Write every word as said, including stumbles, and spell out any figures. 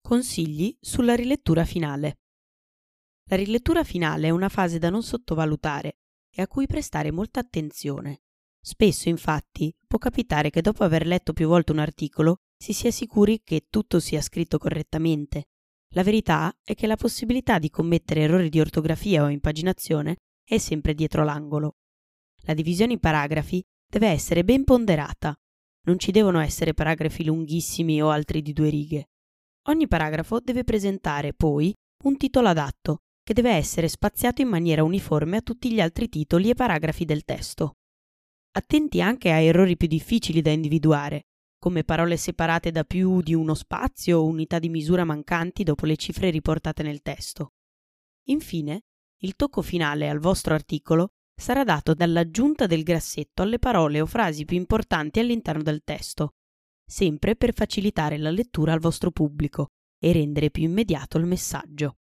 Consigli sulla rilettura finale. La rilettura finale è una fase da non sottovalutare e a cui prestare molta attenzione. Spesso, infatti, può capitare che dopo aver letto più volte un articolo si sia sicuri che tutto sia scritto correttamente. La verità è che la possibilità di commettere errori di ortografia o impaginazione è sempre dietro l'angolo. La divisione in paragrafi deve essere ben ponderata. Non ci devono essere paragrafi lunghissimi o altri di due righe. Ogni paragrafo deve presentare, poi, un titolo adatto, che deve essere spaziato in maniera uniforme a tutti gli altri titoli e paragrafi del testo. Attenti anche a errori più difficili da individuare, come parole separate da più di uno spazio o unità di misura mancanti dopo le cifre riportate nel testo. Infine, il tocco finale al vostro articolo sarà dato dall'aggiunta del grassetto alle parole o frasi più importanti all'interno del testo, sempre per facilitare la lettura al vostro pubblico e rendere più immediato il messaggio.